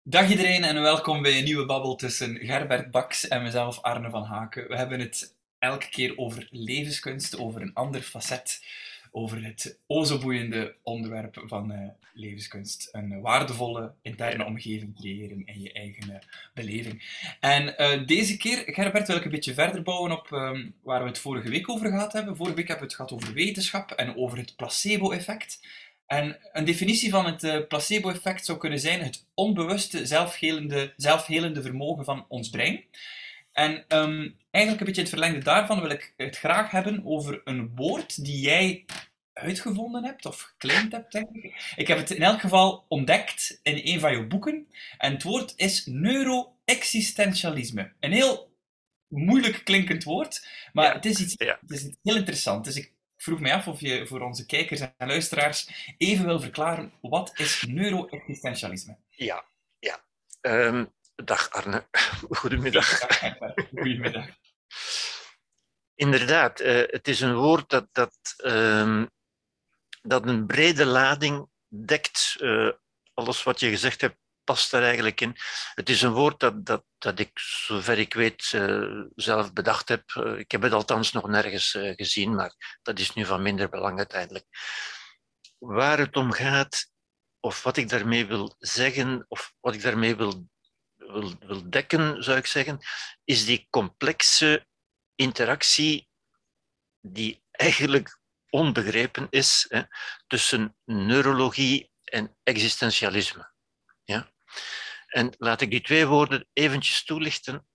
Dag iedereen en welkom bij een nieuwe babbel tussen Gerbert Baks en mezelf, Arne van Haken. We hebben het elke keer over levenskunst, over een ander facet, over het o zo boeiende onderwerp van levenskunst. Een waardevolle interne omgeving creëren in je eigen beleving. En deze keer, Gerbert, wil ik een beetje verder bouwen op waar we het vorige week over gehad hebben. Vorige week hebben we het gehad over wetenschap en over het placebo-effect. En een definitie van het placebo-effect zou kunnen zijn het onbewuste zelfhelende vermogen van ons brein. En eigenlijk een beetje het verlengde daarvan wil ik het graag hebben over een woord die jij uitgevonden hebt, of geclaimd hebt, denk ik. Ik heb het in elk geval ontdekt in een van jouw boeken. En het woord is neuro-existentialisme. Een heel moeilijk klinkend woord, maar Ja, het ja, is iets heel interessant. Dus ik vroeg mij af of je voor onze kijkers en luisteraars even wil verklaren wat is neuro-existentialisme. ja, ja. Dag Arne, goedemiddag. Goedemiddag, Egbert. Goedemiddag. Inderdaad, het is een woord dat een brede lading dekt. Alles wat je gezegd hebt past er eigenlijk in. Het is een woord dat ik, zover ik weet, zelf bedacht heb. Ik heb het althans nog nergens gezien, maar dat is nu van minder belang uiteindelijk. Waar het om gaat, of wat ik daarmee wil zeggen, of wat ik daarmee wil dekken, zou ik zeggen, is die complexe interactie die eigenlijk onbegrepen is, hè, tussen neurologie en existentialisme. Ja? En laat ik die twee woorden eventjes toelichten.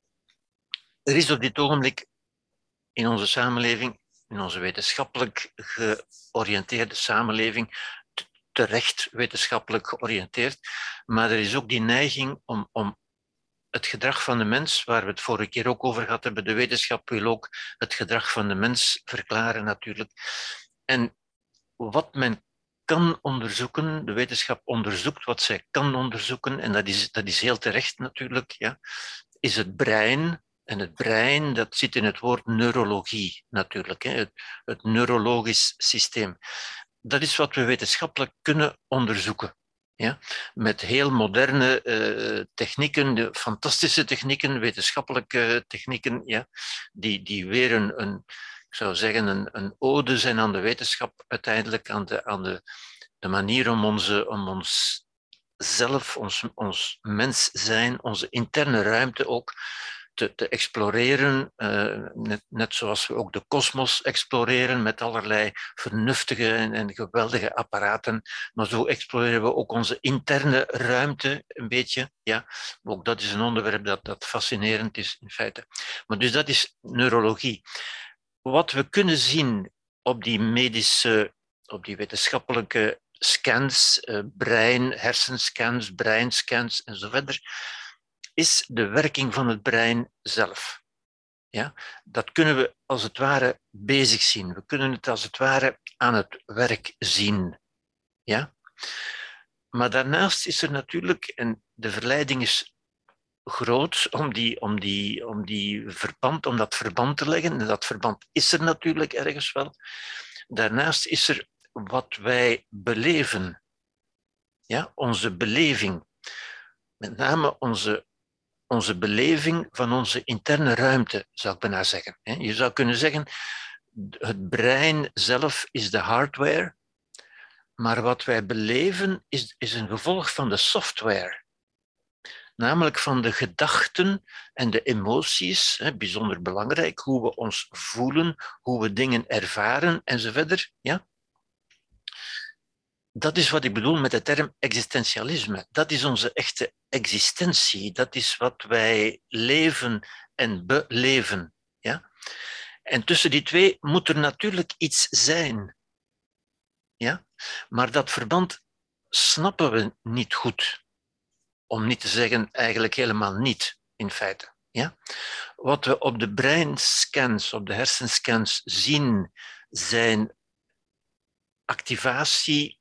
Er is op dit ogenblik in onze samenleving, in onze wetenschappelijk georiënteerde samenleving, terecht wetenschappelijk georiënteerd, maar er is ook die neiging om het gedrag van de mens, waar we het vorige keer ook over gehad hebben, de wetenschap wil ook het gedrag van de mens verklaren natuurlijk. En wat men kan onderzoeken, de wetenschap onderzoekt wat zij kan onderzoeken, en dat is heel terecht natuurlijk, ja, is het brein. En het brein, dat zit in het woord neurologie natuurlijk, hè, het neurologisch systeem. Dat is wat we wetenschappelijk kunnen onderzoeken. Ja, met heel moderne technieken, de fantastische technieken, wetenschappelijke technieken, ja, die weer ik zou zeggen, een ode zijn aan de wetenschap, uiteindelijk aan de manier om ons zelf, ons mens zijn, onze interne ruimte ook te exploreren, net zoals we ook de kosmos exploreren met allerlei vernuftige en geweldige apparaten, maar zo exploreren we ook onze interne ruimte een beetje. Ja, ook dat is een onderwerp dat fascinerend is in feite. Maar dus dat is neurologie. Wat we kunnen zien op die medische, op die wetenschappelijke scans, brein, hersenscans, breinscans en zo verder, is de werking van het brein zelf. Ja? Dat kunnen we als het ware bezig zien. We kunnen het als het ware aan het werk zien. Ja? Maar daarnaast is er natuurlijk, en de verleiding is groot om dat verband te leggen. En dat verband is er natuurlijk ergens wel. Daarnaast is er wat wij beleven. Ja? Onze beleving. Met name onze beleving van onze interne ruimte, zou ik bijna zeggen. Je zou kunnen zeggen, het brein zelf is de hardware, maar wat wij beleven is een gevolg van de software. Namelijk van de gedachten en de emoties, bijzonder belangrijk, hoe we ons voelen, hoe we dingen ervaren enzovoort. Ja? Dat is wat ik bedoel met de term existentialisme. Dat is onze echte existentie. Dat is wat wij leven en beleven. Ja? En tussen die twee moet er natuurlijk iets zijn. Ja? Maar dat verband snappen we niet goed. Om niet te zeggen, eigenlijk helemaal niet, in feite. Ja? Wat we op de breinscans, op de hersenscans zien, zijn activatieniveaus,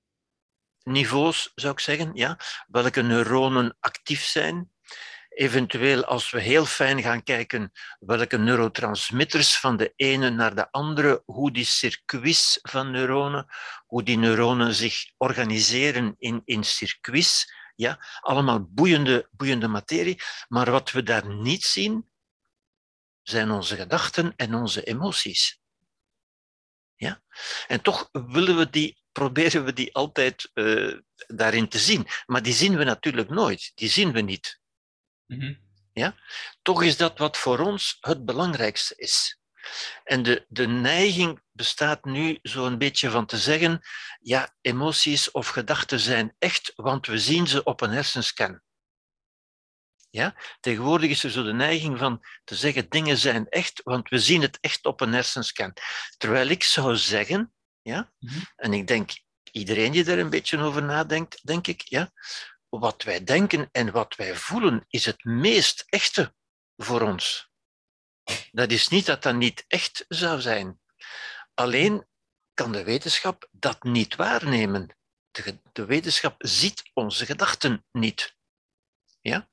zou ik zeggen. Ja? Welke neuronen actief zijn. Eventueel, als we heel fijn gaan kijken, welke neurotransmitters van de ene naar de andere, hoe die circuits van neuronen, hoe die neuronen zich organiseren in circuits, Ja, allemaal boeiende materie. Maar wat we daar niet zien, zijn onze gedachten en onze emoties. Ja? En toch proberen we die altijd daarin te zien. Maar die zien we natuurlijk nooit. Die zien we niet. Ja? Toch is dat wat voor ons het belangrijkste is. En de neiging bestaat nu zo'n beetje van te zeggen, ja, emoties of gedachten zijn echt, want we zien ze op een hersenscan. Ja? Tegenwoordig is er zo de neiging van te zeggen, dingen zijn echt, want we zien het echt op een hersenscan. Terwijl ik zou zeggen, ja, en ik denk, iedereen die er een beetje over nadenkt, denk ik, ja, wat wij denken en wat wij voelen is het meest echte voor ons. Dat is niet dat dat niet echt zou zijn. Alleen kan de wetenschap dat niet waarnemen. De wetenschap ziet onze gedachten niet. Ja?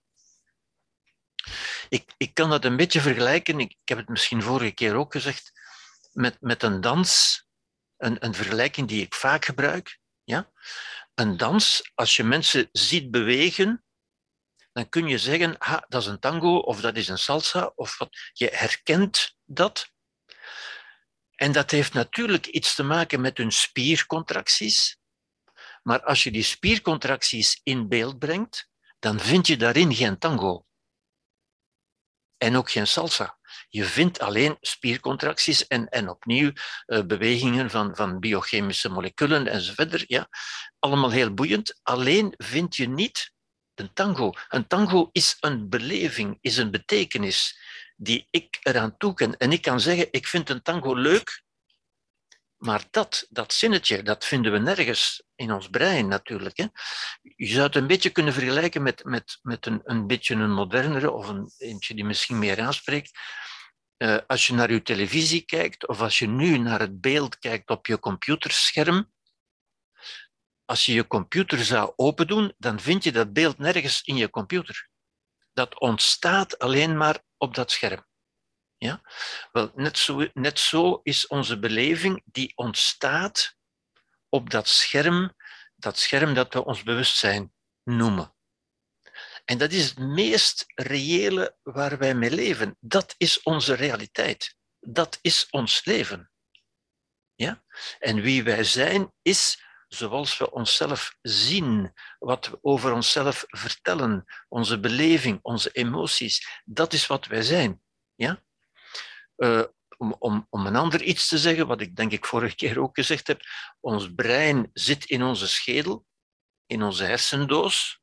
Ik kan dat een beetje vergelijken, ik heb het misschien vorige keer ook gezegd, met een dans, een vergelijking die ik vaak gebruik. Ja? Een dans, als je mensen ziet bewegen, dan kun je zeggen, dat is een tango of dat is een salsa, of wat. Je herkent dat. En dat heeft natuurlijk iets te maken met hun spiercontracties. Maar als je die spiercontracties in beeld brengt, dan vind je daarin geen tango. En ook geen salsa. Je vindt alleen spiercontracties en opnieuw bewegingen van biochemische moleculen enzovoort. Ja. Allemaal heel boeiend. Alleen vind je niet een tango. Een tango is een beleving, is een betekenis die ik eraan toeken. En ik kan zeggen, ik vind een tango leuk, maar dat zinnetje, dat vinden we nergens in ons brein natuurlijk. Hè. Je zou het een beetje kunnen vergelijken met een beetje een modernere, of eentje die misschien meer aanspreekt. Als je naar je televisie kijkt, of als je nu naar het beeld kijkt op je computerscherm, als je je computer zou opendoen, dan vind je dat beeld nergens in je computer. Dat ontstaat alleen maar op dat scherm. Ja? Wel, net zo is onze beleving, die ontstaat op dat scherm dat we ons bewustzijn noemen. En dat is het meest reële waar wij mee leven. Dat is onze realiteit. Dat is ons leven. Ja? En wie wij zijn, is zoals we onszelf zien, wat we over onszelf vertellen, onze beleving, onze emoties. Dat is wat wij zijn. Ja? Om een ander iets te zeggen, wat ik denk ik vorige keer ook gezegd heb, ons brein zit in onze schedel, in onze hersendoos,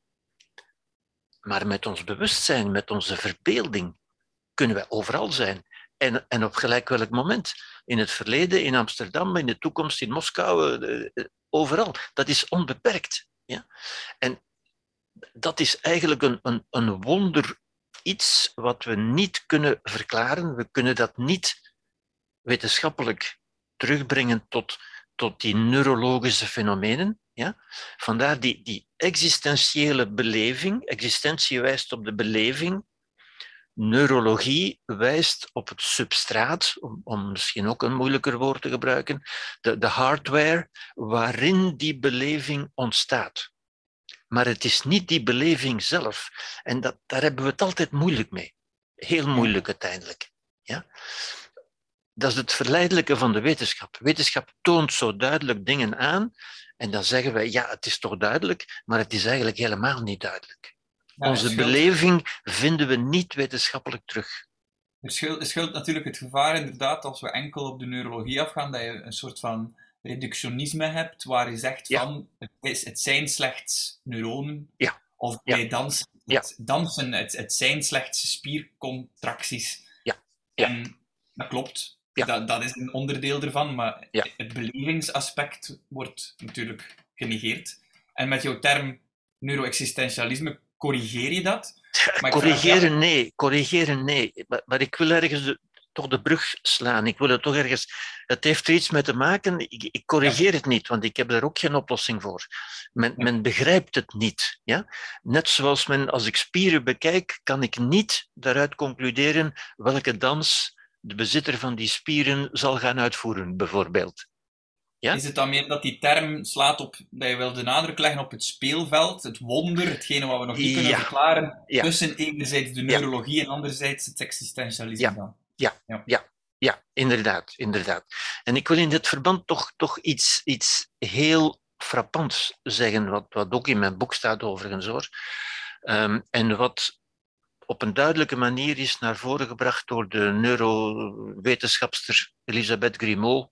maar met ons bewustzijn, met onze verbeelding, kunnen wij overal zijn. En op gelijk welk moment. In het verleden, in Amsterdam, in de toekomst, in Moskou, overal. Dat is onbeperkt. Ja? En dat is eigenlijk een wonder iets wat we niet kunnen verklaren. We kunnen dat niet wetenschappelijk terugbrengen tot die neurologische fenomenen. Ja? Vandaar die existentiële beleving. Existentie wijst op de beleving. Neurologie wijst op het substraat, om misschien ook een moeilijker woord te gebruiken, de hardware waarin die beleving ontstaat. Maar het is niet die beleving zelf. En daar hebben we het altijd moeilijk mee. Heel moeilijk uiteindelijk. Ja? Dat is het verleidelijke van de wetenschap. Wetenschap toont zo duidelijk dingen aan en dan zeggen wij, ja, het is toch duidelijk, maar het is eigenlijk helemaal niet duidelijk. Ja, onze beleving vinden we niet wetenschappelijk terug. Er schuilt natuurlijk het gevaar inderdaad, als we enkel op de neurologie afgaan, dat je een soort van reductionisme hebt, waar je zegt van, het zijn slechts neuronen, of bij dansen, het zijn slechts spiercontracties. En dat klopt. Dat is een onderdeel ervan, maar het belevingsaspect wordt natuurlijk genegeerd. En met jouw term neuroexistentialisme corrigeer je dat? Corrigeren nee. Maar ik wil ergens toch de brug slaan. Ik wil het toch ergens... Het heeft er iets mee te maken. Ik corrigeer het niet, want ik heb daar ook geen oplossing voor. Men begrijpt het niet. Ja? Net zoals als ik spieren bekijk, kan ik niet daaruit concluderen welke dans de bezitter van die spieren zal gaan uitvoeren, bijvoorbeeld. Ja? Is het dan meer dat die term slaat op, dat je wil de nadruk leggen op het speelveld, het wonder, hetgene wat we nog niet kunnen Ja, verklaren, ja, tussen enerzijds de ja, neurologie en anderzijds het existentialisme ja, dan? ja, Ja. ja, ja, inderdaad, inderdaad. En ik wil in dit verband toch iets heel frappants zeggen, wat ook in mijn boek staat overigens hoor. En wat op een duidelijke manier is naar voren gebracht door de neurowetenschapster Elisabeth Grimaud,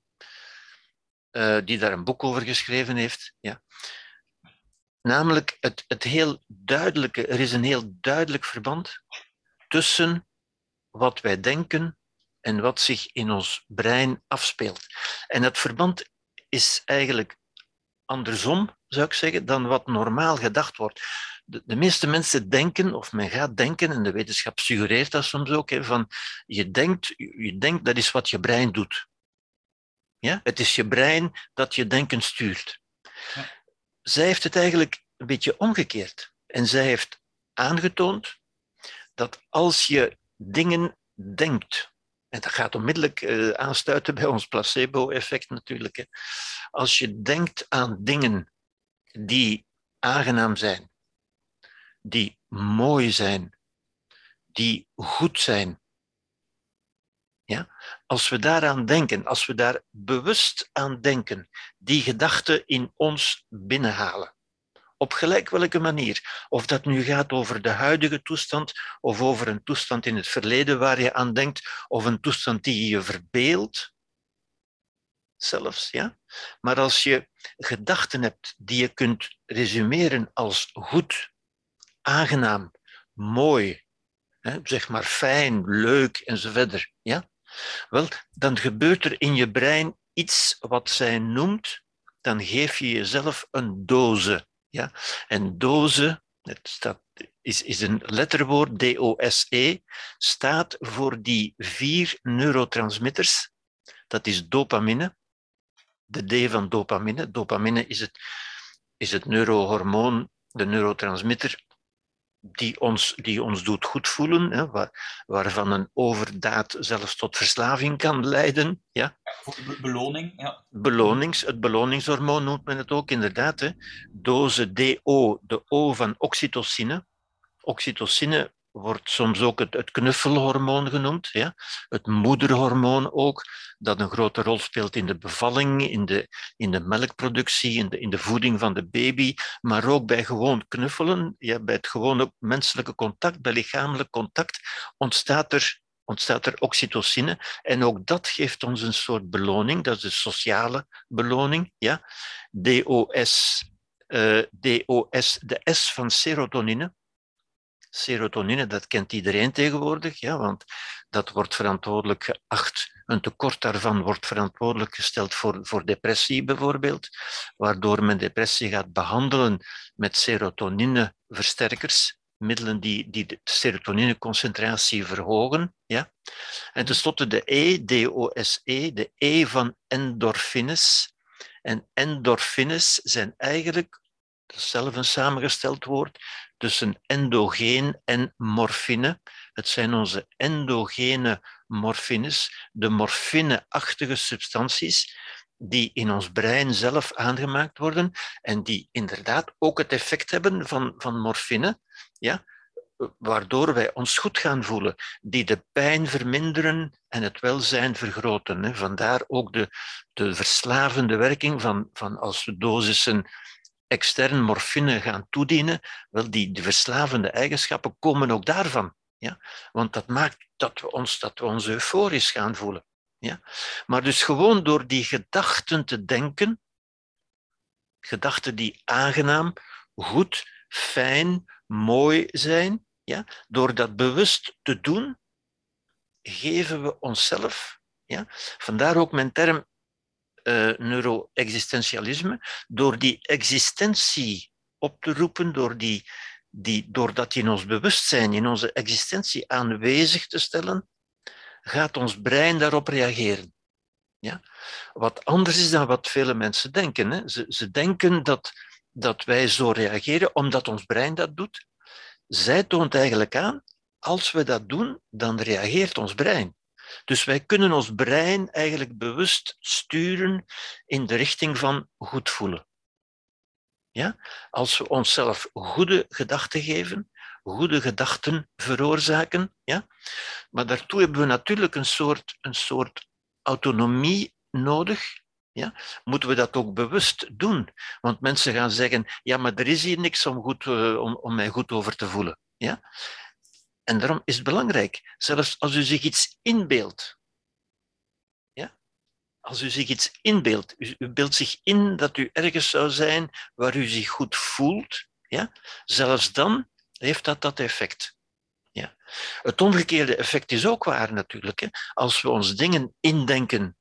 die daar een boek over geschreven heeft. Ja. Namelijk het heel duidelijke, er is een heel duidelijk verband tussen wat wij denken en wat zich in ons brein afspeelt. En dat verband is eigenlijk andersom, zou ik zeggen, dan wat normaal gedacht wordt. De meeste mensen denken, of men gaat denken, en de wetenschap suggereert dat soms ook, van je denkt, dat is wat je brein doet. Ja? Het is je brein dat je denken stuurt. Ja. Zij heeft het eigenlijk een beetje omgekeerd. En zij heeft aangetoond dat als je dingen denkt, en dat gaat onmiddellijk aansluiten bij ons placebo-effect natuurlijk, hè. Als je denkt aan dingen die aangenaam zijn, die mooi zijn, die goed zijn, ja? Als we daaraan denken, als we daar bewust aan denken, die gedachten in ons binnenhalen, op gelijk welke manier. Of dat nu gaat over de huidige toestand, of over een toestand in het verleden waar je aan denkt, of een toestand die je verbeeldt, zelfs. Ja? Maar als je gedachten hebt die je kunt resumeren als goed, aangenaam, mooi, zeg maar fijn, leuk enzovoort, ja? Wel, dan gebeurt er in je brein iets wat zij noemt, dan geef je jezelf een dose. Ja? En dose, is een letterwoord, DOSE, staat voor die 4 neurotransmitters. Dat is dopamine, de D van dopamine. Dopamine is het neurohormoon, de neurotransmitter die ons doet goed voelen, hè, waarvan een overdaad zelfs tot verslaving kan leiden. Ja? Voor beloning, ja. Het beloningshormoon noemt men het ook inderdaad. Hè. Dose DO, de O van oxytocine. Oxytocine wordt soms ook het knuffelhormoon genoemd, ja? Het moederhormoon ook, dat een grote rol speelt in de bevalling, in de melkproductie, in de voeding van de baby, maar ook bij gewoon knuffelen, ja, bij het gewone menselijke contact, bij lichamelijk contact, ontstaat er oxytocine. En ook dat geeft ons een soort beloning, dat is de sociale beloning. Ja? DOS, DOS, de S van serotonine. Serotonine, dat kent iedereen tegenwoordig, ja, want dat wordt verantwoordelijk geacht. Een tekort daarvan wordt verantwoordelijk gesteld voor depressie bijvoorbeeld, waardoor men depressie gaat behandelen met serotonineversterkers, middelen die de serotonineconcentratie verhogen. Ja. En tenslotte de E, DOSE, de E van endorfines. En endorfines zijn eigenlijk, dat is zelf een samengesteld woord, tussen endogeen en morfine. Het zijn onze endogene morfines, de morfine-achtige substanties die in ons brein zelf aangemaakt worden en die inderdaad ook het effect hebben van morfine, ja, waardoor wij ons goed gaan voelen, die de pijn verminderen en het welzijn vergroten. Hè. Vandaar ook de verslavende werking van als we dosissen extern morfine gaan toedienen, wel die verslavende eigenschappen komen ook daarvan. Ja? Want dat maakt dat we ons euforisch gaan voelen. Ja? Maar dus gewoon door die gedachten te denken, gedachten die aangenaam, goed, fijn, mooi zijn, ja? Door dat bewust te doen, geven we onszelf, ja? Vandaar ook mijn term neuro-existentialisme, door die existentie op te roepen, door dat in ons bewustzijn, in onze existentie aanwezig te stellen, gaat ons brein daarop reageren. Ja? Wat anders is dan wat vele mensen denken. Hè? Ze denken dat wij zo reageren omdat ons brein dat doet. Zij toont eigenlijk aan, als we dat doen, dan reageert ons brein. Dus wij kunnen ons brein eigenlijk bewust sturen in de richting van goed voelen. Ja? Als we onszelf goede gedachten geven, goede gedachten veroorzaken, ja? Maar daartoe hebben we natuurlijk een soort autonomie nodig. Ja? Moeten we dat ook bewust doen? Want mensen gaan zeggen, ja, maar er is hier niks om mij goed over te voelen. Ja? En daarom is het belangrijk, zelfs als u zich iets inbeeldt, ja? Als u zich iets inbeeldt, u beeldt zich in dat u ergens zou zijn waar u zich goed voelt, ja? Zelfs dan heeft dat effect. Ja. Het omgekeerde effect is ook waar natuurlijk. Hè. Als we ons dingen indenken,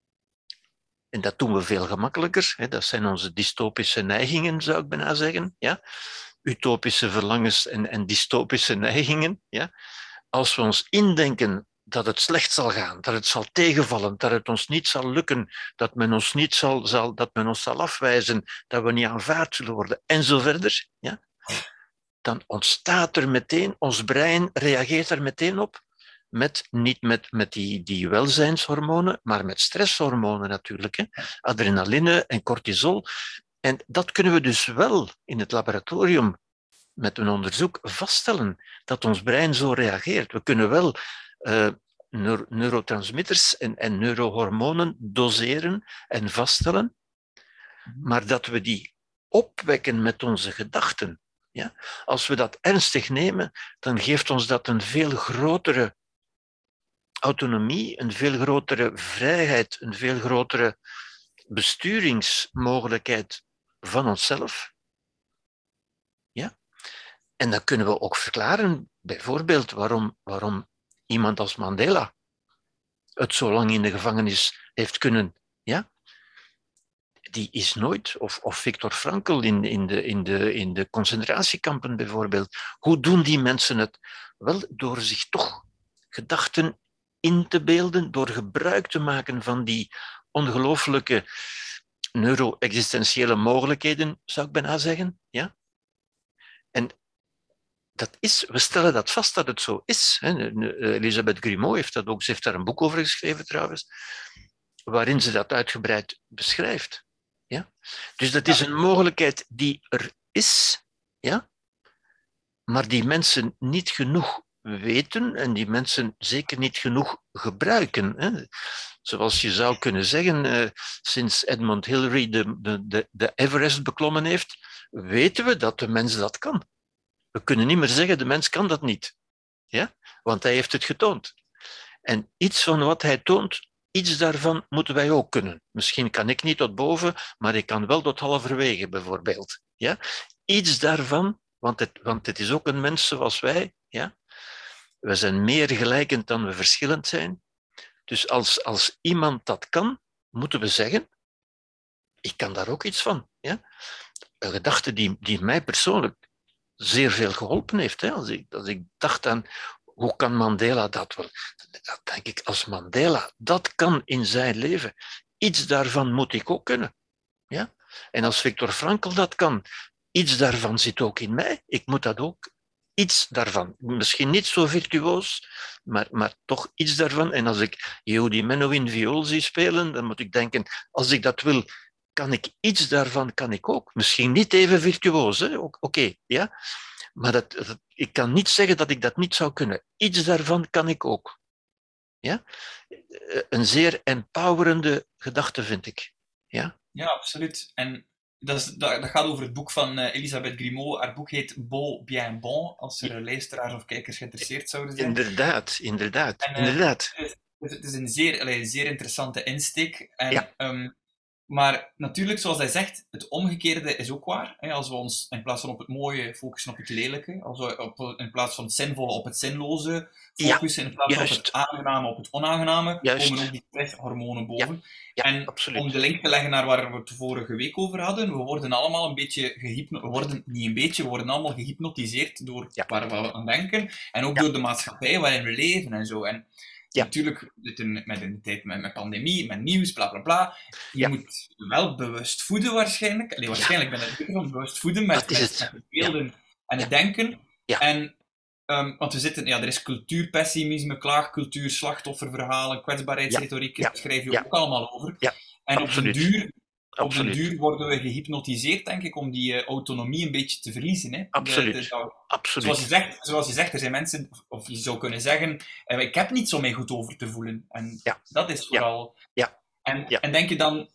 en dat doen we veel gemakkelijker, hè, dat zijn onze dystopische neigingen, zou ik bijna zeggen. Ja. Utopische verlangens en dystopische neigingen. Ja. Als we ons indenken dat het slecht zal gaan, dat het zal tegenvallen, dat het ons niet zal lukken, dat men ons, niet dat men ons zal afwijzen, dat we niet aanvaard zullen worden, en zo verder, ja, dan ontstaat er meteen, ons brein reageert er meteen op, niet met die welzijnshormonen, maar met stresshormonen natuurlijk. Hè. Adrenaline en cortisol. En dat kunnen we dus wel in het laboratorium met een onderzoek vaststellen, dat ons brein zo reageert. We kunnen wel neurotransmitters en neurohormonen doseren en vaststellen, maar dat we die opwekken met onze gedachten. Ja? Als we dat ernstig nemen, dan geeft ons dat een veel grotere autonomie, een veel grotere vrijheid, een veel grotere besturingsmogelijkheid van onszelf. Ja? En dan kunnen we ook verklaren, bijvoorbeeld, waarom iemand als Mandela het zo lang in de gevangenis heeft kunnen. Ja? Die is nooit, of Viktor Frankl in de concentratiekampen bijvoorbeeld. Hoe doen die mensen het? Wel, door zich toch gedachten in te beelden, door gebruik te maken van die ongelooflijke neuro-existentiële mogelijkheden, zou ik bijna zeggen. Ja? En we stellen dat vast dat het zo is. Elisabeth Grimaud heeft dat ook, ze heeft daar een boek over geschreven trouwens, waarin ze dat uitgebreid beschrijft. Ja? Dus dat is een mogelijkheid die er is, ja? Maar die mensen niet genoeg weten en die mensen zeker niet genoeg gebruiken. Hè? Zoals je zou kunnen zeggen, sinds Edmund Hillary de Everest beklommen heeft, weten we dat de mens dat kan. We kunnen niet meer zeggen, de mens kan dat niet. Ja? Want hij heeft het getoond. En iets van wat hij toont, iets daarvan moeten wij ook kunnen. Misschien kan ik niet tot boven, maar ik kan wel tot halverwege bijvoorbeeld. Ja? Iets daarvan, want het is ook een mens zoals wij. Ja? We zijn meer gelijkend dan we verschillend zijn. Dus als iemand dat kan, moeten we zeggen, ik kan daar ook iets van. Ja? Een gedachte die mij persoonlijk zeer veel geholpen heeft. Hè? Als ik dacht aan, hoe kan Mandela dat wel? Dat denk ik, als Mandela dat kan in zijn leven, iets daarvan moet ik ook kunnen. Ja? En als Viktor Frankl dat kan, iets daarvan zit ook in mij. Ik moet dat ook, iets daarvan. Misschien niet zo virtuoos, maar toch iets daarvan. En als ik Yehudi Menuhin viool zie spelen, dan moet ik denken, als ik dat wil, kan ik iets daarvan, kan ik ook. Misschien niet even virtuoos, oké, ja? Maar ik kan niet zeggen dat ik dat niet zou kunnen. Iets daarvan kan ik ook. Ja? Een zeer empowerende gedachte, vind ik. Ja, Ja, absoluut. En dat gaat over het boek van Elisabeth Grimaud. Haar boek heet Beau Bien Bon, als er luisteraars of kijkers geïnteresseerd zouden zijn. inderdaad, inderdaad, En inderdaad. het is een zeer interessante insteek. Ja, En maar natuurlijk, zoals hij zegt, het omgekeerde is ook waar. Als we ons in plaats van op het mooie focussen op het lelijke, als we in plaats van het zinvolle op het zinloze ja, focussen, in plaats van op het juist, aangename op het onaangename, komen ook juist. die stresshormonen Ja, boven. ja, En om de absoluut. link te leggen naar waar we het vorige week over hadden, we worden allemaal een beetje gehypnotiseerd, we worden niet een beetje, we worden allemaal gehypnotiseerd door Ja, waar we aan denken en ook ja, door de maatschappij waarin we leven en zo. En ja, natuurlijk, met een tijd met pandemie, met nieuws, bla bla bla. Je ja, moet wel bewust voeden waarschijnlijk. Nee, ja, waarschijnlijk ben ik zeker van bewust voeden met, dat is met het. het Ja, beelden en het ja, denken. ja, En Want we zitten, er is cultuurpessimisme, klaagcultuur, slachtofferverhalen, Ja, kwetsbaarheidsretoriek, daar ja, schrijf je ja, ook allemaal over. ja, En absoluut. op den Absoluut. duur worden we gehypnotiseerd, denk ik, om die autonomie een beetje te verliezen. Hè. Absoluut. Absoluut. Zoals je zegt, er zijn mensen, of je zou kunnen zeggen, ik heb niet zo mij goed over te voelen. En Ja, dat is ja, vooral... ja, ja. En denk je dan,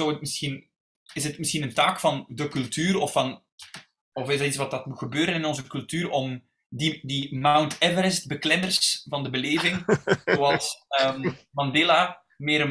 is het misschien een taak van de cultuur, of is dat iets wat dat moet gebeuren in onze cultuur, om die Mount Everest-beklimmers van de beleving, zoals Mandela,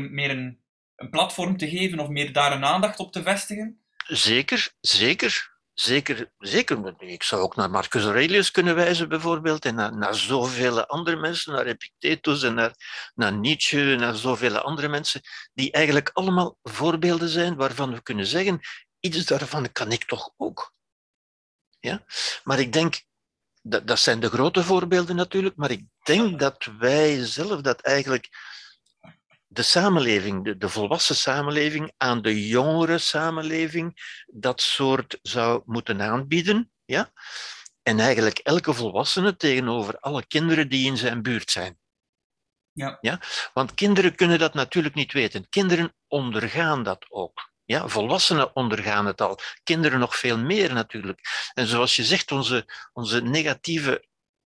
een platform te geven, of meer daar een aandacht op te vestigen? Zeker, zeker. Zeker, zeker. Ik zou ook naar Marcus Aurelius kunnen wijzen, bijvoorbeeld, en naar zoveel andere mensen, naar Epictetus en naar Nietzsche, en naar zoveel andere mensen, die eigenlijk allemaal voorbeelden zijn waarvan we kunnen zeggen, iets daarvan kan ik toch ook. Ja? Maar ik denk, dat zijn de grote voorbeelden natuurlijk, maar ik denk dat wij zelf dat eigenlijk de samenleving, de volwassen samenleving, aan de jongere samenleving dat soort zou moeten aanbieden. Ja? En eigenlijk elke volwassene tegenover alle kinderen die in zijn buurt zijn. Ja. Ja? Want kinderen kunnen dat natuurlijk niet weten. Kinderen ondergaan dat ook. Ja? Volwassenen ondergaan het al. Kinderen nog veel meer natuurlijk. En zoals je zegt, onze negatieve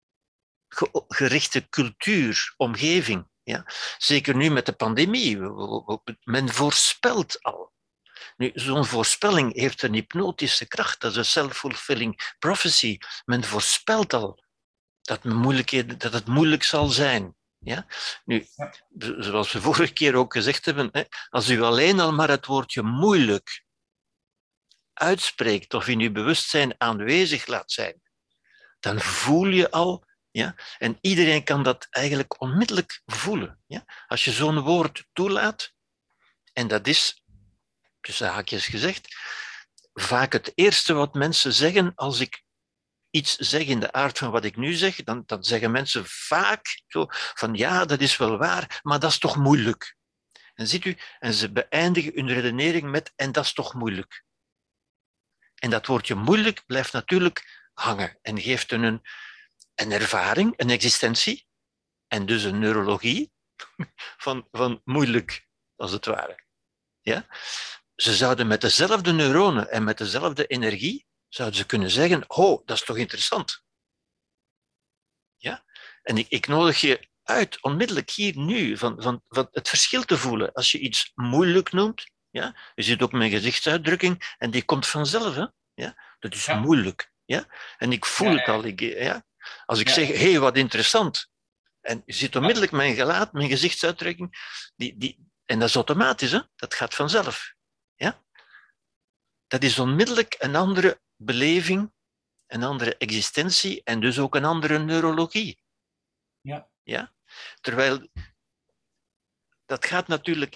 gerichte cultuur, omgeving. Ja? Zeker nu met de pandemie. Men voorspelt al. Nu, zo'n voorspelling heeft een hypnotische kracht. Dat is een self-fulfilling prophecy. Men voorspelt al dat het moeilijk zal zijn. Ja? Nu, zoals we vorige keer ook gezegd hebben, als u alleen al maar het woordje moeilijk uitspreekt of in uw bewustzijn aanwezig laat zijn, dan voel je al. Ja? En iedereen kan dat eigenlijk onmiddellijk voelen. Ja? Als je zo'n woord toelaat, en dat is, tussen haakjes gezegd, vaak het eerste wat mensen zeggen als ik iets zeg in de aard van wat ik nu zeg, dan zeggen mensen vaak zo van ja, dat is wel waar, maar dat is toch moeilijk. En ziet u, en ze beëindigen hun redenering met en dat is toch moeilijk. En dat woordje moeilijk blijft natuurlijk hangen en geeft hun een ervaring, een existentie en dus een neurologie van moeilijk, als het ware. Ja? Ze zouden met dezelfde neuronen en met dezelfde energie zouden ze kunnen zeggen, oh, dat is toch interessant. Ja? En ik nodig je uit, onmiddellijk hier nu, van het verschil te voelen. Als je iets moeilijk noemt, ja? Je ziet ook mijn gezichtsuitdrukking, en die komt vanzelf. Hè? Ja? Dat is moeilijk. Ja? En ik voel het al. Ja? Als ik zeg, hé, wat interessant. En je ziet onmiddellijk mijn gelaat, mijn gezichtsuitdrukking. En dat is automatisch, hè? Dat gaat vanzelf. Ja? Dat is onmiddellijk een andere beleving, een andere existentie en dus ook een andere neurologie. Ja. Ja? Terwijl dat gaat natuurlijk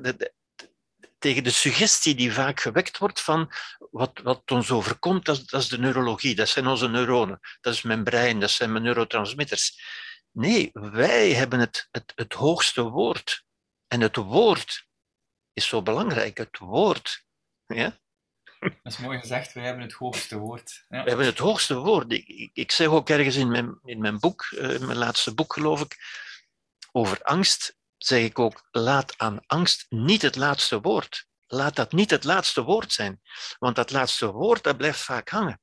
tegen de suggestie die vaak gewekt wordt van wat ons overkomt, dat is de neurologie, dat zijn onze neuronen, dat is mijn brein, dat zijn mijn neurotransmitters. Nee, wij hebben het hoogste woord. En het woord is zo belangrijk, het woord. Ja? Dat is mooi gezegd, wij hebben het hoogste woord. Ja. We hebben het hoogste woord. Ik zeg ook ergens in mijn boek, mijn laatste boek geloof ik, over angst, zeg ik ook, laat aan angst niet het laatste woord. Laat dat niet het laatste woord zijn. Want dat laatste woord, dat blijft vaak hangen.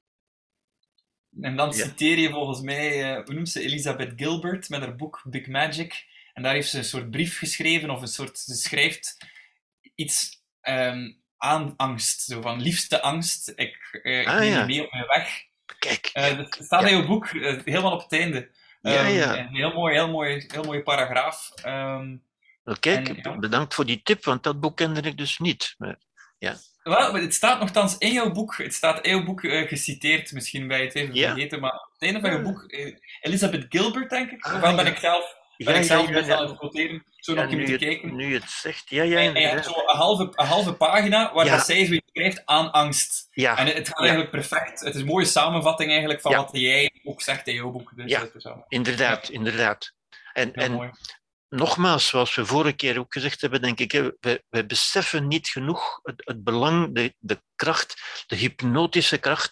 En dan citeer je volgens mij, hoe noemt ze, Elizabeth Gilbert met haar boek Big Magic. En daar heeft ze een soort brief geschreven, of ze schrijft iets aan angst. Zo van, liefste angst, ik neem je mee op mijn weg. Kijk. Dat staat in jouw boek, helemaal op het einde. Ja. Een heel mooi paragraaf. Kijk, bedankt voor die tip, want dat boek kende ik dus niet. Maar, ja. Wel, het staat nogthans in jouw boek. Het staat in jouw boek geciteerd. Misschien ben je het even vergeten, maar op het einde van je boek, Elizabeth Gilbert, denk ik. Ofwel ben ik zelf net aan het quoteren, zo nog even te kijken. Nu het zegt, En je hebt zo een halve pagina waar dat zij zoiets schrijft aan angst. Ja. En het gaat eigenlijk perfect. Het is een mooie samenvatting eigenlijk van wat jij ook zegt in jouw boek. Dus inderdaad. En mooi. Nogmaals, zoals we vorige keer ook gezegd hebben, denk ik, we beseffen niet genoeg het belang, de kracht, de hypnotische kracht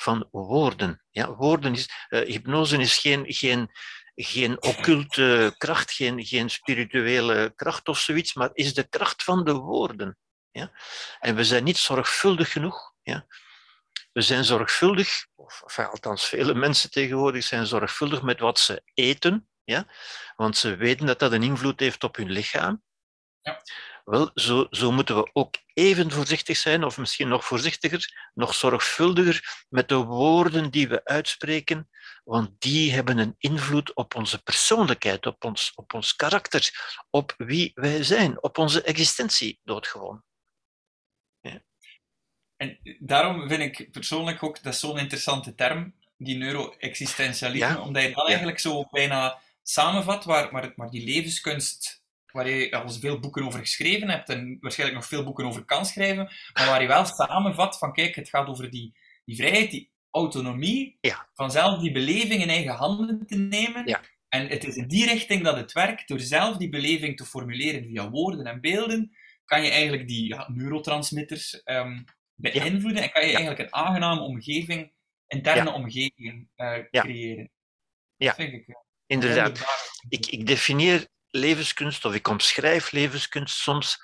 van woorden. Ja, woorden is, hypnose is geen occulte kracht, geen spirituele kracht of zoiets, maar is de kracht van de woorden. Ja? En we zijn niet zorgvuldig genoeg. Ja? We zijn zorgvuldig, of althans vele mensen tegenwoordig zijn zorgvuldig met wat ze eten, ja? Want ze weten dat dat een invloed heeft op hun lichaam. Ja. Wel, zo moeten we ook even voorzichtig zijn, of misschien nog voorzichtiger, nog zorgvuldiger met de woorden die we uitspreken, want die hebben een invloed op onze persoonlijkheid, op ons karakter, op wie wij zijn, op onze existentie, doodgewoon. Ja. En daarom vind ik persoonlijk ook, dat is zo'n interessante term, die neuro-existentialisme, Ja. omdat je dat eigenlijk zo bijna samenvat, maar die levenskunst, waar je al veel boeken over geschreven hebt en waarschijnlijk nog veel boeken over kan schrijven, maar waar je wel samenvat van, kijk, het gaat over die vrijheid, die autonomie, Ja. van zelf die beleving in eigen handen te nemen. Ja. En het is in die richting dat het werkt, door zelf die beleving te formuleren via woorden en beelden, kan je eigenlijk die neurotransmitters beïnvloeden en kan je eigenlijk een aangename omgeving, interne omgeving creëren. Dat vind ik inderdaad. Ik definieer levenskunst, of ik omschrijf levenskunst soms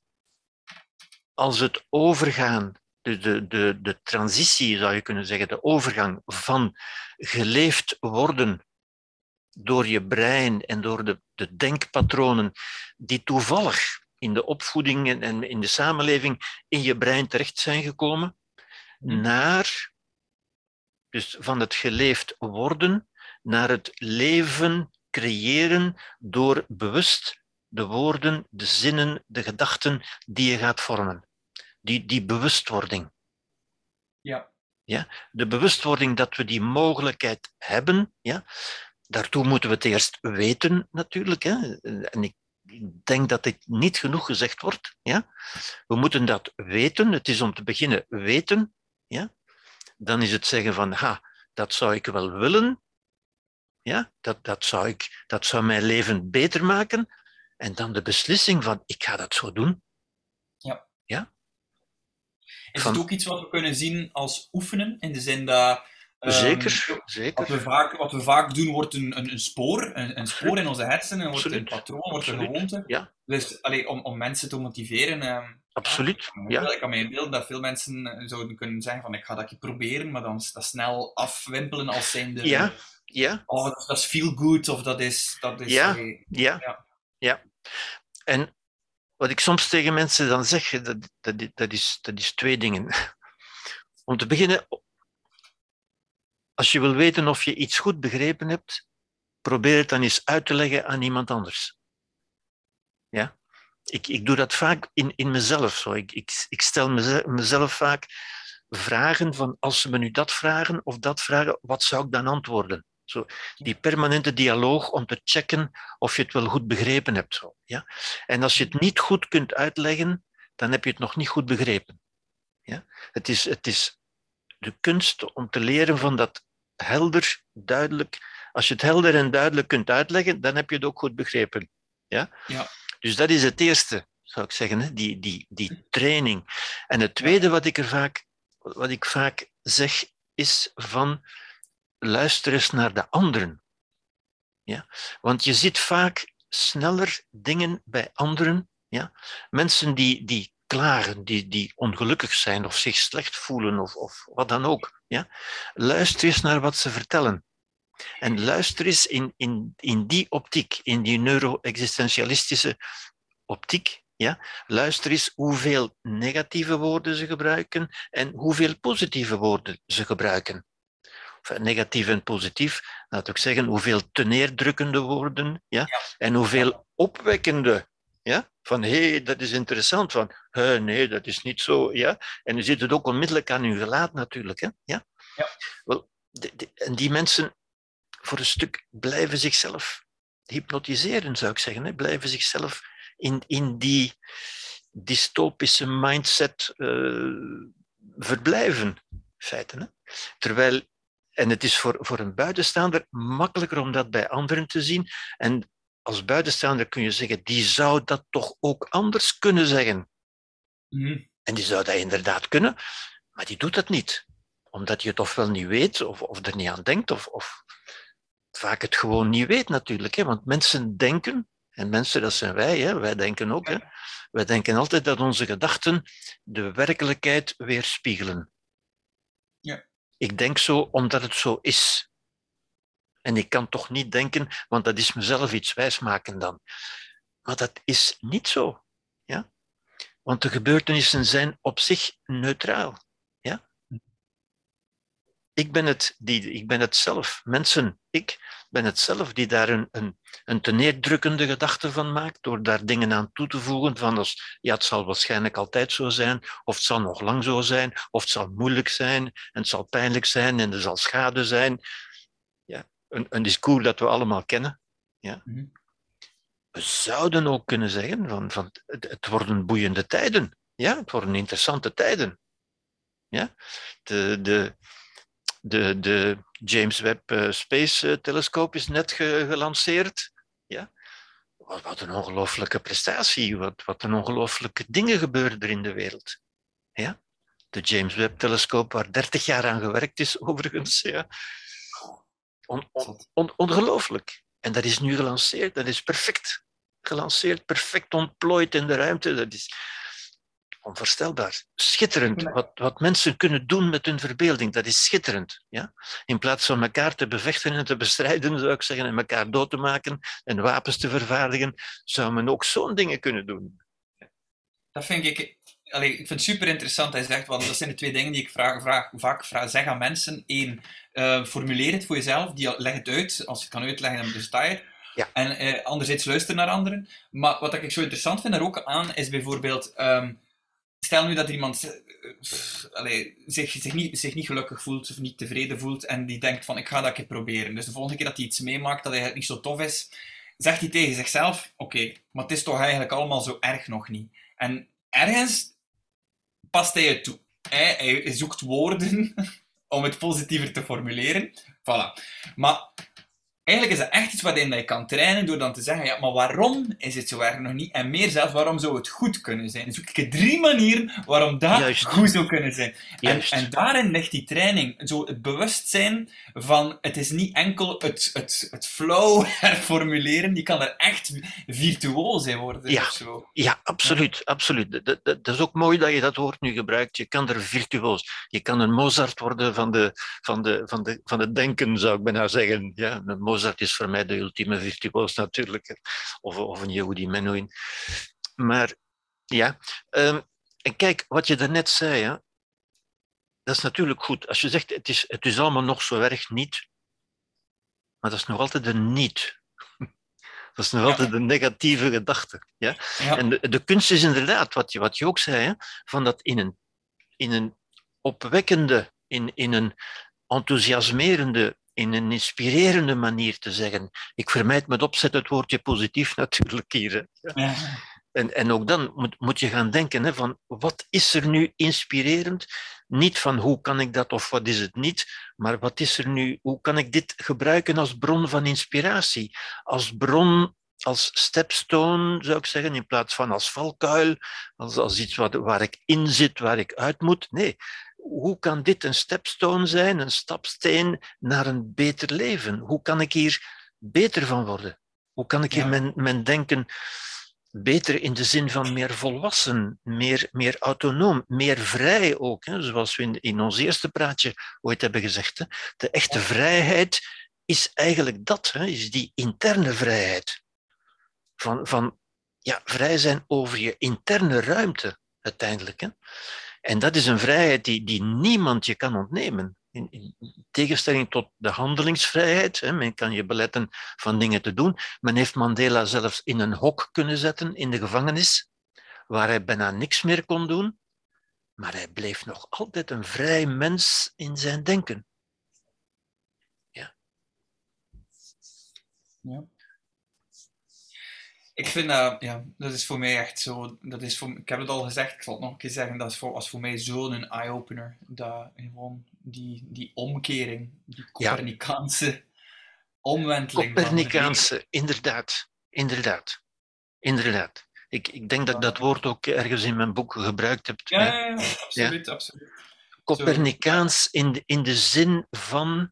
als het overgaan, de transitie zou je kunnen zeggen, de overgang van geleefd worden door je brein en door de denkpatronen die toevallig in de opvoeding en in de samenleving in je brein terecht zijn gekomen, naar, dus van het geleefd worden, naar het leven creëren door bewust de woorden, de zinnen, de gedachten die je gaat vormen. Die bewustwording. Ja. Ja? De bewustwording dat we die mogelijkheid hebben, ja? Daartoe moeten we het eerst weten natuurlijk. Hè? En ik denk dat dit niet genoeg gezegd wordt. Ja? We moeten dat weten. Het is om te beginnen weten. Ja? Dan is het zeggen van, dat zou ik wel willen. Ja? Dat zou mijn leven beter maken. En dan de beslissing van, ik ga dat zo doen. Ja. Ja? Is het ook iets wat we kunnen zien als oefenen? In de zin dat... Zeker. Wat we vaak doen, wordt een spoor. Een spoor in onze hersenen, wordt een patroon, wordt een gewoonte. Ja. Dus om mensen te motiveren... Absoluut. Ik kan me inbeelden dat veel mensen zouden kunnen zeggen van ik ga dat proberen, maar dan dat snel afwimpelen als zijnde... Ja. Oh, dat is feel good, of dat is... Ja. En wat ik soms tegen mensen dan zeg, dat is twee dingen. Om te beginnen, als je wil weten of je iets goed begrepen hebt, probeer het dan eens uit te leggen aan iemand anders. Ja? Ik doe dat vaak in mezelf. Zo. Ik stel mezelf vaak vragen van als ze me nu dat vragen of dat vragen, wat zou ik dan antwoorden? Zo, die permanente dialoog om te checken of je het wel goed begrepen hebt. Zo, ja? En als je het niet goed kunt uitleggen, dan heb je het nog niet goed begrepen. Ja? Het is de kunst om te leren van dat helder, duidelijk. Als je het helder en duidelijk kunt uitleggen, dan heb je het ook goed begrepen. Ja? Ja. Dus dat is het eerste, zou ik zeggen, die training. En het tweede wat ik vaak zeg, is van luister eens naar de anderen. Ja? Want je ziet vaak sneller dingen bij anderen. Ja? Mensen die klagen, die ongelukkig zijn of zich slecht voelen of wat dan ook. Ja? Luister eens naar wat ze vertellen. En luister eens in die optiek, in die neuro-existentialistische optiek. Ja? Luister eens hoeveel negatieve woorden ze gebruiken en hoeveel positieve woorden ze gebruiken. Enfin, negatief en positief, laat ik zeggen, hoeveel te neerdrukkende woorden en hoeveel opwekkende. Ja? Van, hé, dat is interessant. Van, nee, dat is niet zo. Ja? En je ziet het ook onmiddellijk aan hun gelaat natuurlijk. Hè? Ja? Wel, en die mensen voor een stuk blijven zichzelf hypnotiseren, zou ik zeggen. Hè? Blijven zichzelf in die dystopische mindset verblijven, in feite. Hè? Terwijl, en het is voor een buitenstaander makkelijker om dat bij anderen te zien. En als buitenstaander kun je zeggen, die zou dat toch ook anders kunnen zeggen. En die zou dat inderdaad kunnen, maar die doet dat niet. Omdat je het ofwel niet weet, of er niet aan denkt, of vaak het gewoon niet weet natuurlijk. Hè? Want mensen denken, en mensen dat zijn wij, hè? Wij denken ook. Hè? Wij denken altijd dat onze gedachten de werkelijkheid weerspiegelen. Ja. Ik denk zo omdat het zo is. En ik kan toch niet denken, want dat is mezelf iets wijsmaken dan. Maar dat is niet zo. Ja? Want de gebeurtenissen zijn op zich neutraal. Ja? Ik ben het zelf. Mensen, ik ben het zelf die daar een te neerdrukkende gedachte van maakt, door daar dingen aan toe te voegen van als, ja, het zal waarschijnlijk altijd zo zijn, of het zal nog lang zo zijn, of het zal moeilijk zijn, en het zal pijnlijk zijn, en er zal schade zijn. Ja, een discours dat we allemaal kennen. Ja. Mhm. We zouden ook kunnen zeggen van het worden boeiende tijden. Ja, het worden interessante tijden. Ja. De James Webb Space Telescoop is net gelanceerd. Ja. Wat een ongelooflijke prestatie. Wat een ongelooflijke dingen gebeuren er in de wereld. Ja. De James Webb Telescoop, waar 30 jaar aan gewerkt is, overigens. Ja. Ongelooflijk. En dat is nu gelanceerd. Dat is perfect gelanceerd, perfect ontplooid in de ruimte. Dat is onvoorstelbaar. Schitterend. Wat mensen kunnen doen met hun verbeelding, dat is schitterend. Ja? In plaats van elkaar te bevechten en te bestrijden, zou ik zeggen, en elkaar dood te maken en wapens te vervaardigen, zou men ook zo'n dingen kunnen doen. Dat vind ik... ik vind het super interessant. Hij zegt, want dat zijn de twee dingen die ik vaak zeg aan mensen. Eén, formuleer het voor jezelf. Leg het uit. Als je het kan uitleggen, dan besta je. Ja. En anderzijds luister naar anderen. Maar wat ik zo interessant vind daar ook aan, is bijvoorbeeld... stel nu dat er iemand zich niet gelukkig voelt of niet tevreden voelt en die denkt van ik ga dat een keer proberen. Dus de volgende keer dat hij iets meemaakt dat eigenlijk niet zo tof is, zegt hij tegen zichzelf, oké, maar het is toch eigenlijk allemaal zo erg nog niet. En ergens past hij het toe. Hij zoekt woorden om het positiever te formuleren. Voilà. Maar eigenlijk is dat echt iets waarin je kan trainen door dan te zeggen, ja, maar waarom is het zo erg nog niet? En meer zelfs, waarom zou het goed kunnen zijn? Dus zoek ik 3 manieren waarom dat Juist. goed zou kunnen zijn. En daarin ligt die training. Zo het bewustzijn van, het is niet enkel het flow herformuleren, je kan er echt virtuoos in worden. Ja, of zo. Ja, absoluut. Absoluut. Dat is ook mooi dat je dat woord nu gebruikt. Je kan er virtuoos. Je kan een Mozart worden van het denken, zou ik bijna zeggen. Ja, een Mozart is voor mij de ultieme virtuoos natuurlijk. Of een Yehudi Menuhin. Maar ja, en kijk, wat je daarnet zei, hè, dat is natuurlijk goed. Als je zegt, het is allemaal nog zo erg niet, maar dat is nog altijd een niet. Dat is nog altijd een negatieve gedachte. Ja? Ja. En de kunst is inderdaad, wat je ook zei, hè, van dat in een opwekkende, in een enthousiasmerende, in een inspirerende manier te zeggen. Ik vermijd met opzet het woordje positief natuurlijk hier. Hè. Ja. En ook dan moet je gaan denken hè, van wat is er nu inspirerend? Niet van hoe kan ik dat of wat is het niet, maar wat is er nu, hoe kan ik dit gebruiken als bron van inspiratie? Als bron, als stepstone zou ik zeggen, in plaats van als valkuil, als iets waar ik in zit, waar ik uit moet. Nee, hoe kan dit een stepstone zijn, een stapsteen naar een beter leven? Hoe kan ik hier beter van worden? Hoe kan ik hier mijn denken beter in de zin van meer volwassen, meer autonoom, meer vrij ook. Hè? Zoals we in ons eerste praatje ooit hebben gezegd. Hè? De echte vrijheid is eigenlijk dat, hè? Is die interne vrijheid. Van vrij zijn over je interne ruimte uiteindelijk. Hè? En dat is een vrijheid die niemand je kan ontnemen. In tegenstelling tot de handelingsvrijheid, hè, men kan je beletten van dingen te doen. Men heeft Mandela zelfs in een hok kunnen zetten in de gevangenis, waar hij bijna niks meer kon doen, maar hij bleef nog altijd een vrij mens in zijn denken. Ja. Ja. Ik vind dat, dat is voor mij echt zo, ik heb het al gezegd, ik zal het nog een keer zeggen, was voor mij zo'n eye-opener. Dat gewoon die omkering, die Copernicaanse omwenteling Copernicaanse, inderdaad. Ik denk dat ik dat woord ook ergens in mijn boek gebruikt heb. Ja, absoluut. Copernicaans in de zin van...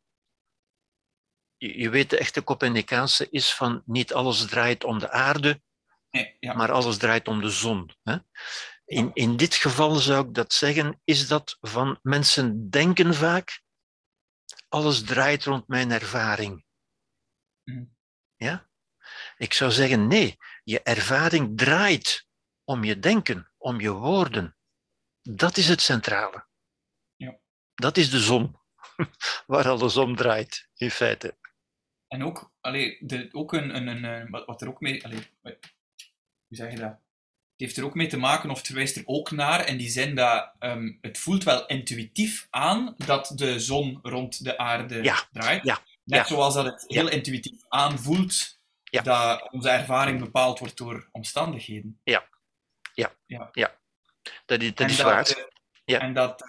Je weet, de echte Copernicaanse is van niet alles draait om de aarde, Nee, ja. maar alles draait om de zon. Hè? Ja. In dit geval zou ik dat zeggen, is dat van mensen denken vaak, alles draait rond mijn ervaring. Mhm. Ja? Ik zou zeggen, nee, je ervaring draait om je denken, om je woorden. Dat is het centrale. Ja. Dat is de zon, waar alles om draait, in feite. En ook, ook wat er ook mee, hoe zeg je dat? Het heeft er ook mee te maken, of het verwijst er ook naar, in die zin dat het voelt wel intuïtief aan dat de zon rond de aarde draait. Ja, Net zoals dat het heel ja, intuïtief aanvoelt ja, dat onze ervaring bepaald wordt door omstandigheden. ja, ja, Ja. ja. Dat En is dat, waar. Ja. en dat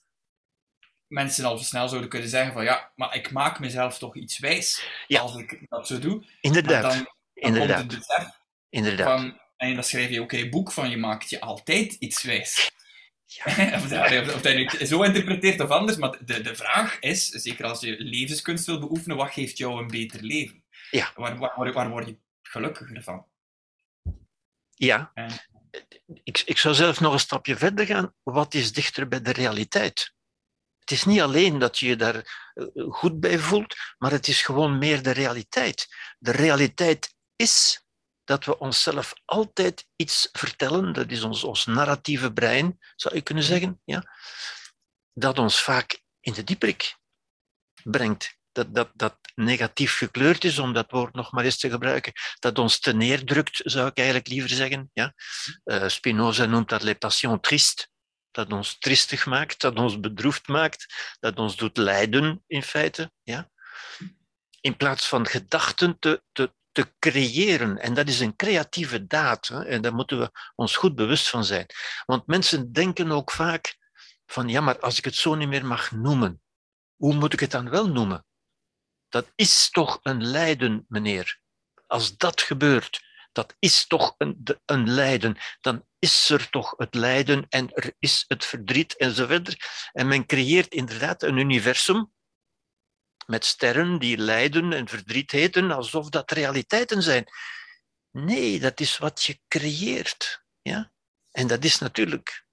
mensen al snel zouden kunnen zeggen van ja, maar ik maak mezelf toch iets wijs Ja. als ik dat zo doe. Inderdaad. Maar dan komt het besef Inderdaad. van, en dan schrijf je ook in je boek van je maakt je altijd iets wijs. Ja. Of dat je nu zo interpreteert of anders, maar de vraag is, zeker als je levenskunst wil beoefenen, wat geeft jou een beter leven? Ja. Waar word je gelukkiger van? Ja. En Ik zou zelf nog een stapje verder gaan. Wat is dichter bij de realiteit? Het is niet alleen dat je je daar goed bij voelt, maar het is gewoon meer de realiteit. De realiteit is dat we onszelf altijd iets vertellen, dat is ons narratieve brein, zou je kunnen zeggen, ja? Dat ons vaak in de dieperik brengt. Dat negatief gekleurd is, om dat woord nog maar eens te gebruiken, dat ons te neerdrukt, zou ik eigenlijk liever zeggen. Ja? Spinoza noemt dat les passions tristes, dat ons tristig maakt, dat ons bedroefd maakt, dat ons doet lijden, in feite. Ja? In plaats van gedachten te creëren. En dat is een creatieve daad. Hè? En daar moeten we ons goed bewust van zijn. Want mensen denken ook vaak van, ja, maar als ik het zo niet meer mag noemen, hoe moet ik het dan wel noemen? Dat is toch een lijden, meneer. Als dat gebeurt, dat is toch een lijden. Dan is er toch het lijden en er is het verdriet enzovoort. En men creëert inderdaad een universum met sterren die lijden en verdriet heten, alsof dat realiteiten zijn. Nee, dat is wat je creëert. Ja? En dat is natuurlijk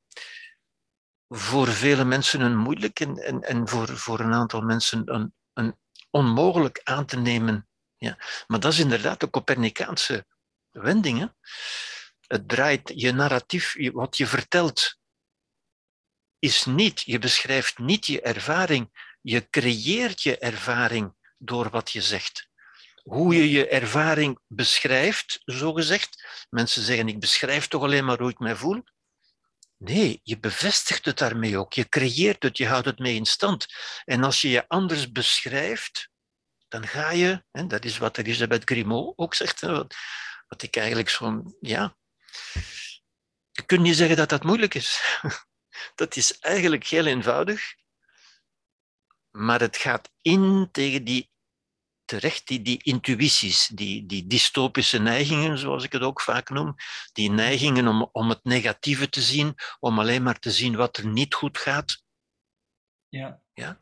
voor vele mensen een moeilijk en voor een aantal mensen een onmogelijk aan te nemen. Ja. Maar dat is inderdaad de Copernicaanse wending. Hè? Het draait je narratief, wat je vertelt, is niet, je beschrijft niet je ervaring, je creëert je ervaring door wat je zegt. Hoe je je ervaring beschrijft, zogezegd. Mensen zeggen, ik beschrijf toch alleen maar hoe ik mij voel. Nee, je bevestigt het daarmee ook. Je creëert het, je houdt het mee in stand. En als je je anders beschrijft, dan ga je, en dat is wat Elisabeth Grimaud ook zegt, wat ik eigenlijk zo'n, ja, je kunt niet zeggen dat dat moeilijk is. Dat is eigenlijk heel eenvoudig, maar het gaat in tegen die intuïties, die dystopische neigingen, zoals ik het ook vaak noem, die neigingen om het negatieve te zien, om alleen maar te zien wat er niet goed gaat. ja. Ja?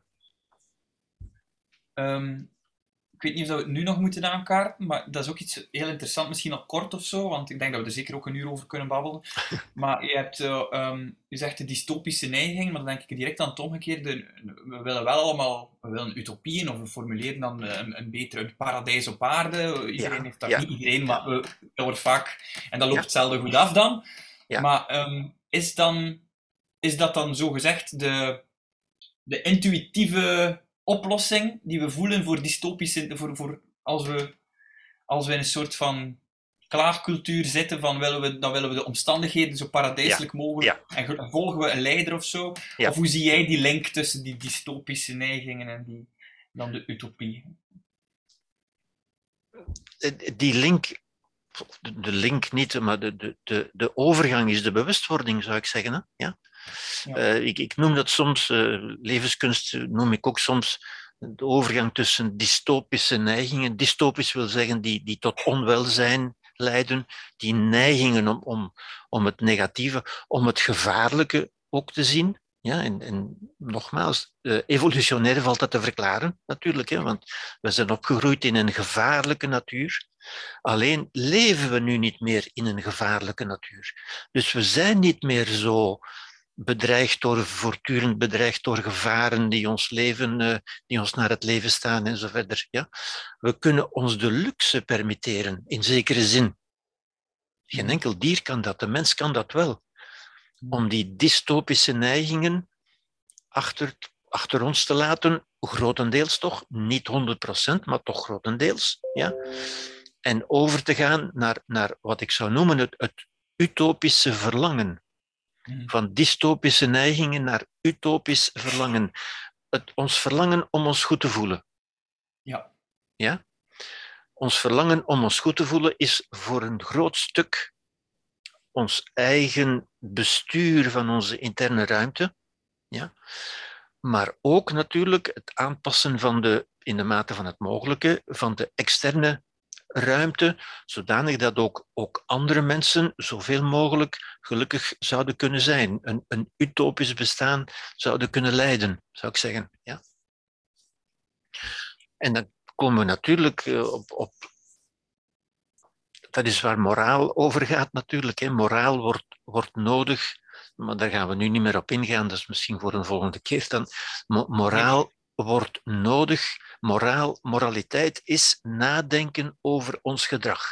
Ik weet niet of we het nu nog moeten aankaarten, maar dat is ook iets heel interessant, misschien al kort of zo, want ik denk dat we er zeker ook een uur over kunnen babbelen. Maar je zegt de dystopische neiging, maar dan denk ik direct aan het omgekeerde. We willen wel allemaal, we willen utopieën, of we formuleren dan een beter een paradijs op aarde. Iedereen heeft dat, niet iedereen, maar dat wordt vaak, en dat loopt hetzelfde goed af dan. Ja. Maar is dat dan zo gezegd de intuïtieve oplossing die we voelen voor dystopische, voor als we in een soort van klaagcultuur zitten van dan willen we de omstandigheden zo paradijselijk mogelijk en volgen we een leider of zo? Ja. Of hoe zie jij die link tussen die dystopische neigingen en dan de utopie? Die link, de link niet, maar de overgang is de bewustwording, zou ik zeggen. Hè? Ja? Ja. Ik noem dat soms, levenskunst noem ik ook soms de overgang tussen dystopische neigingen. Dystopisch wil zeggen die tot onwelzijn leiden, die neigingen om het negatieve, om het gevaarlijke ook te zien. Ja, en nogmaals, evolutionair valt dat te verklaren, natuurlijk, hè, want we zijn opgegroeid in een gevaarlijke natuur. Alleen leven we nu niet meer in een gevaarlijke natuur. Dus we zijn niet meer zo bedreigd door, voortdurend bedreigd door gevaren die ons leven, die ons naar het leven staan en zo verder. Ja? We kunnen ons de luxe permitteren, in zekere zin. Geen enkel dier kan dat, de mens kan dat wel. Om die dystopische neigingen achter ons te laten, grotendeels toch, niet 100%, maar toch grotendeels. Ja? En over te gaan naar wat ik zou noemen het utopische verlangen. Van dystopische neigingen naar utopisch verlangen. Ons verlangen om ons goed te voelen. Ja. Ja? Ons verlangen om ons goed te voelen is voor een groot stuk ons eigen bestuur van onze interne ruimte. Ja? Maar ook natuurlijk het aanpassen van in de mate van het mogelijke, van de externe ruimte, zodanig dat ook andere mensen zoveel mogelijk gelukkig zouden kunnen zijn. Een utopisch bestaan zouden kunnen leiden, zou ik zeggen. Ja? En dan komen we natuurlijk op. Dat is waar moraal over gaat natuurlijk. Hè. Moraal wordt nodig, maar daar gaan we nu niet meer op ingaan. Dat is misschien voor een volgende keer dan. Moraal wordt nodig. Moraliteit is nadenken over ons gedrag.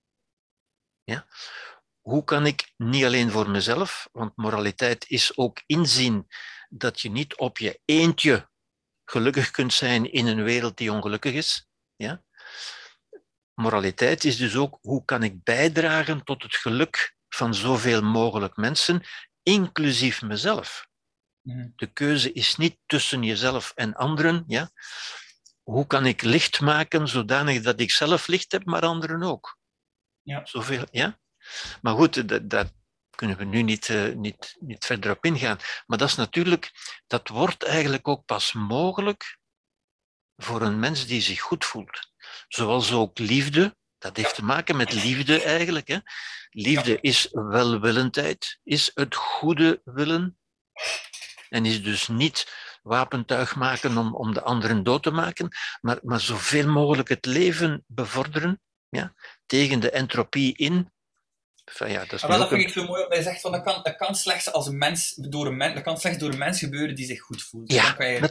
Ja? Hoe kan ik, niet alleen voor mezelf, want moraliteit is ook inzien dat je niet op je eentje gelukkig kunt zijn in een wereld die ongelukkig is. Ja? Moraliteit is dus ook hoe kan ik bijdragen tot het geluk van zoveel mogelijk mensen, inclusief mezelf. De keuze is niet tussen jezelf en anderen. Ja? Hoe kan ik licht maken zodanig dat ik zelf licht heb, maar anderen ook? Ja. Zoveel, ja? Maar goed, daar kunnen we nu niet verder op ingaan. Maar dat is natuurlijk, dat wordt eigenlijk ook pas mogelijk voor een mens die zich goed voelt. Zoals ook liefde, dat heeft te maken met liefde eigenlijk. Hè. Liefde is welwillendheid, is het goede willen en is dus niet wapentuig maken om de anderen dood te maken, maar zoveel mogelijk het leven bevorderen, ja, tegen de entropie in. Enfin, ja, dat is Dat vind ik veel mooi. Hij zegt van dat kan slechts als een mens dat kan slechts door een mens gebeuren die zich goed voelt. Ja, dan kan je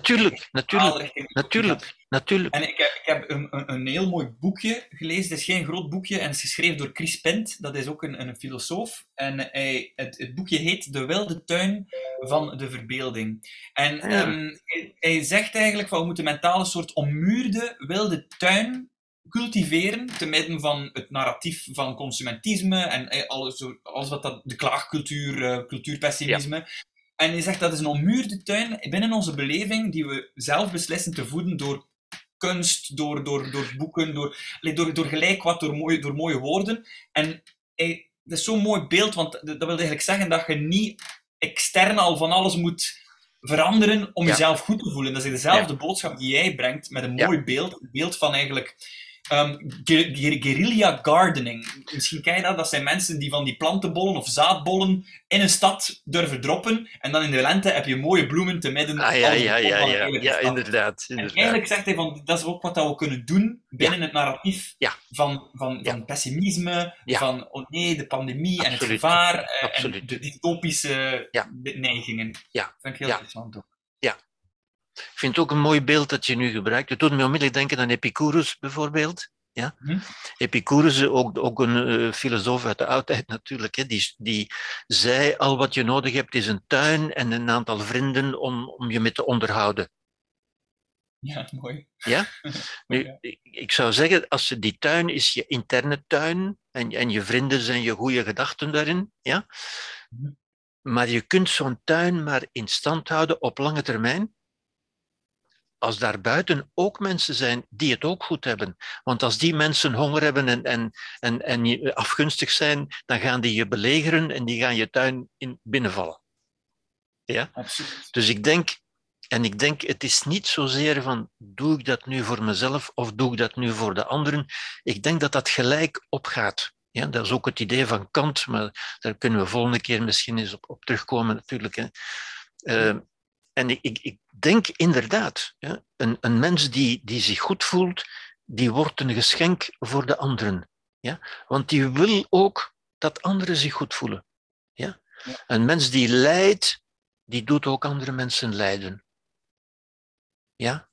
natuurlijk. En ik heb een heel mooi boekje gelezen. Het is geen groot boekje en het is geschreven door Chris Pent. Dat is ook een filosoof. En het boekje heet De wilde tuin van de verbeelding. En hij zegt eigenlijk van we moeten mentaal een soort ommuurde wilde tuin cultiveren, te midden van het narratief van consumentisme en alles wat dat, de klaagcultuur, cultuurpessimisme. Ja. En hij zegt dat is een ommuurde tuin binnen onze beleving die we zelf beslissen te voeden door kunst, door boeken, door gelijk wat, door mooie woorden. En dat is zo'n mooi beeld, want dat wil eigenlijk zeggen dat je niet extern al van alles moet veranderen om jezelf goed te voelen. Dat is dezelfde boodschap die jij brengt met een mooi beeld. Een beeld van eigenlijk guerrilla gardening. Misschien ken je dat. Dat zijn mensen die van die plantenbollen of zaadbollen in een stad durven droppen. En dan in de lente heb je mooie bloemen te midden. Ja, inderdaad. En eigenlijk zegt hij van, dat is ook wat we kunnen doen binnen het narratief van pessimisme, van oh nee, de pandemie en het gevaar en de dystopische neigingen. Ja. Dat vind ik heel interessant ook. Ja. Ik vind het ook een mooi beeld dat je nu gebruikt. Het doet me onmiddellijk denken aan Epicurus bijvoorbeeld. Ja? Epicurus, ook een filosoof uit de oudheid natuurlijk, hè, die zei al wat je nodig hebt is een tuin en een aantal vrienden om je mee te onderhouden. Ja, mooi. Ja? Nu, ik zou zeggen, als die tuin is je interne tuin en je vrienden zijn je goede gedachten daarin, ja? Maar je kunt zo'n tuin maar in stand houden op lange termijn als daarbuiten ook mensen zijn die het ook goed hebben. Want als die mensen honger hebben en afgunstig zijn, dan gaan die je belegeren en die gaan je tuin binnenvallen. Ja? Absoluut. Dus ik denk, het is niet zozeer van, doe ik dat nu voor mezelf of doe ik dat nu voor de anderen? Ik denk dat dat gelijk opgaat. Ja, dat is ook het idee van Kant, maar daar kunnen we volgende keer misschien eens op terugkomen natuurlijk. Hè. En ik denk inderdaad, ja, een mens die zich goed voelt, die wordt een geschenk voor de anderen. Ja? Want die wil ook dat anderen zich goed voelen. Ja? Ja. Een mens die lijdt, die doet ook andere mensen lijden. Ja?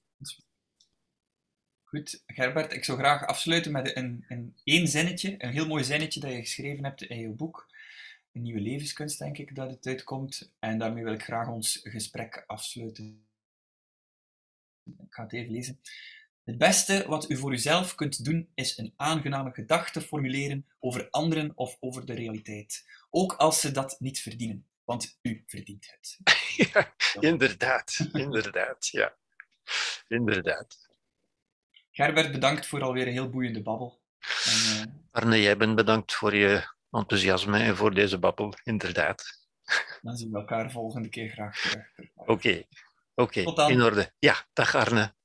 Goed, Gerbert, ik zou graag afsluiten met één zinnetje, een heel mooi zinnetje dat je geschreven hebt in je boek. Een nieuwe levenskunst, denk ik, dat het uitkomt. En daarmee wil ik graag ons gesprek afsluiten. Ik ga het even lezen. Het beste wat u voor uzelf kunt doen, is een aangename gedachte formuleren over anderen of over de realiteit. Ook als ze dat niet verdienen, want u verdient het. Ja, inderdaad, inderdaad, ja. Inderdaad. Gerbert, bedankt voor alweer een heel boeiende babbel. En, Arne, jij bent bedankt voor je enthousiasme en voor deze babbel, inderdaad. dan zien we elkaar volgende keer graag terug. Oké, Tot in dan. orde. Ja, dag Arne.